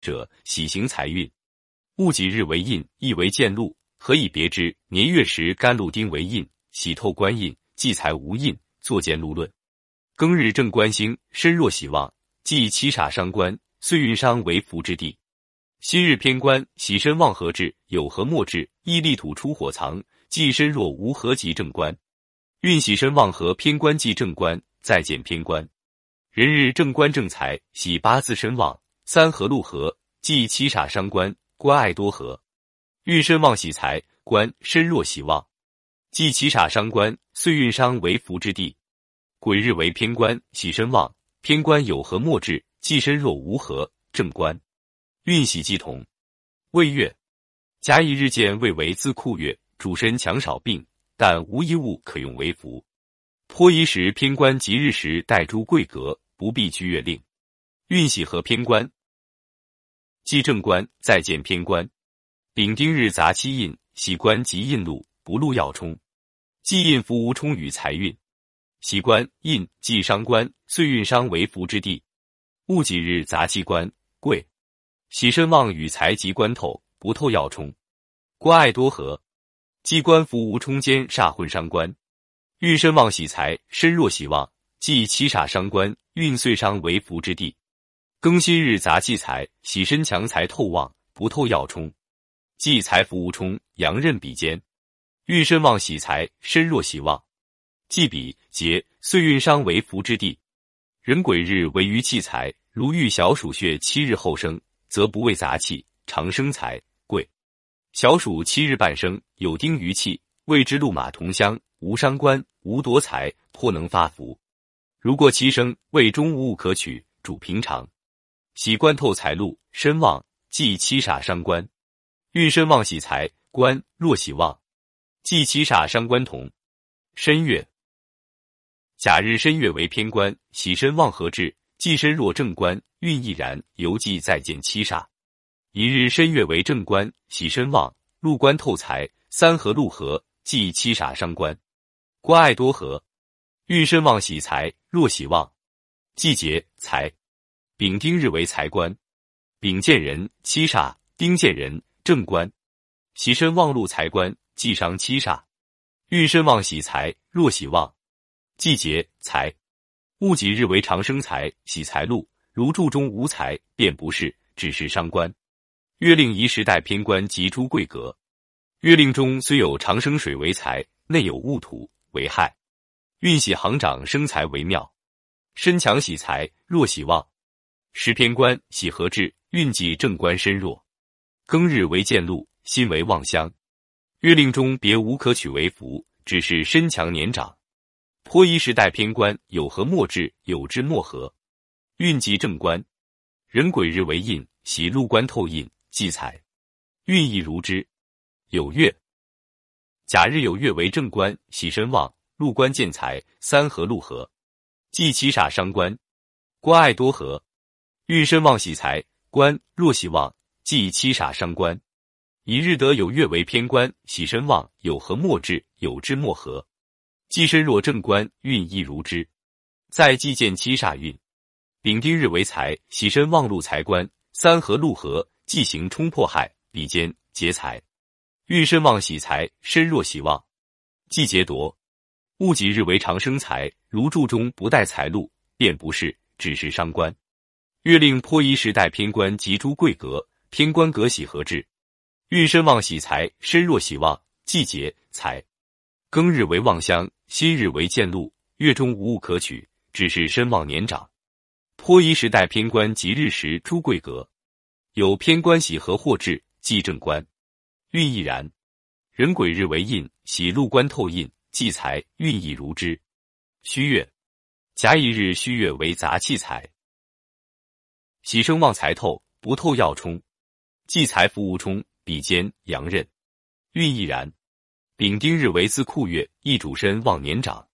者，喜行财运。戊己日为印，亦为见禄，何以别之？年月时干禄丁为印，喜透官印，忌财无印，作见禄论。庚日正官星，身弱喜旺，忌七煞伤官，岁运伤为福之地。辛日偏官，喜身旺合制，有合莫制，亦力土出火藏，忌身弱无合及正官。运喜身旺合偏官忌正官，再见偏官。壬日正官正财，喜八字身旺，三合禄合，忌七煞伤官，官爱多合。运身旺喜财，官身弱喜旺，忌七煞伤官，岁运伤为福之地。癸日为偏官，喜身旺，偏官有合莫制，忌身弱无合，正官。运喜忌同。未月，甲乙日见未为自库月，主身强少病，但无一物可用为福。颇衣时偏官吉日时带诸贵格，不必居月令。运喜合偏官，忌正官，再见偏官。丙丁日杂七印，喜官及印禄，不禄要冲。忌印福无冲与财运。喜官印忌伤官，岁运伤为福之地。戊己日杂七官，贵。喜身旺与财及官透，不透要冲。官爱多合，忌官福无冲间煞混伤官。运身旺喜财，身弱喜旺，忌七煞伤官，运岁伤为福之地。庚辛日杂忌财，喜身强财透旺，不透要冲。忌财福无冲，阳刃比肩。运身旺喜财，身弱喜旺，忌比劫，岁运伤为福之地。壬癸日为于气财，如遇小暑穴7日后生，则不为杂气，常生财，贵。小暑7日半生，有丁于气，谓之禄马同乡，无伤官，无夺财，颇能发福。如过7生，谓中无物可取，主平常。喜官透财禄，身旺，忌七煞伤官。运身旺喜财，官弱喜旺，忌七煞伤官同。申月，甲日申月为偏官，喜身旺合制，忌身弱正官，运亦然，犹忌再见七煞。一日申月为正官，喜身旺，禄官透财，三合禄合，忌七煞伤官。官爱多合，运身旺喜财，弱喜旺，忌劫财。丙丁日为财官，丙见人，七煞；丁见人，正官。喜身旺禄财官，忌伤七煞。运身旺喜财，弱喜旺，忌劫财。戊己日为长生财，喜财禄，如柱中无财，便不是，只是伤官。月令宜时带偏官及诸贵格。月令中虽有长生水为财，内有戊土为害。运喜行长生财为妙，身强喜财，弱喜旺。时偏官喜合制，运忌正官身弱。庚日为见禄，辛为旺相。月令中别无可取为福，只是身强年长。颇衣时带偏官，有合莫制，有之莫合。运忌正官。壬癸日为印，喜禄官透印，忌财。运亦如之。有月，甲日有月为正官，喜身旺，禄官见财，三合禄合，忌七煞伤官。官爱多合，运身旺喜财，官弱喜旺，忌七煞伤官。一日得有月为偏官，喜身旺，有合莫制，有之莫合。忌身弱正官，运亦如之。再忌见七煞运。丙丁日为财，喜身旺禄财官，三合禄合，忌行冲破害，比肩劫财。运身旺喜财，身弱喜旺，忌劫夺。戊己日为长生财，如柱中不带财禄，便不是，只是伤官。月令颇衣时带偏官及诸贵格，偏官格喜合制。运身旺喜财，身弱喜旺，忌劫财。庚日为旺相，辛日为见禄，月中无物可取，只是身旺年长。颇衣时带偏官及日时诸贵格，有偏官喜合或制，忌正官。运亦然。壬癸日为印，喜禄官透印，忌财，运亦如之。戌月，甲乙日戌月为杂气财，喜生旺财透，不透要冲，忌财福无冲，比肩阳刃。运亦然。丙丁日为自库月，亦主身旺年长。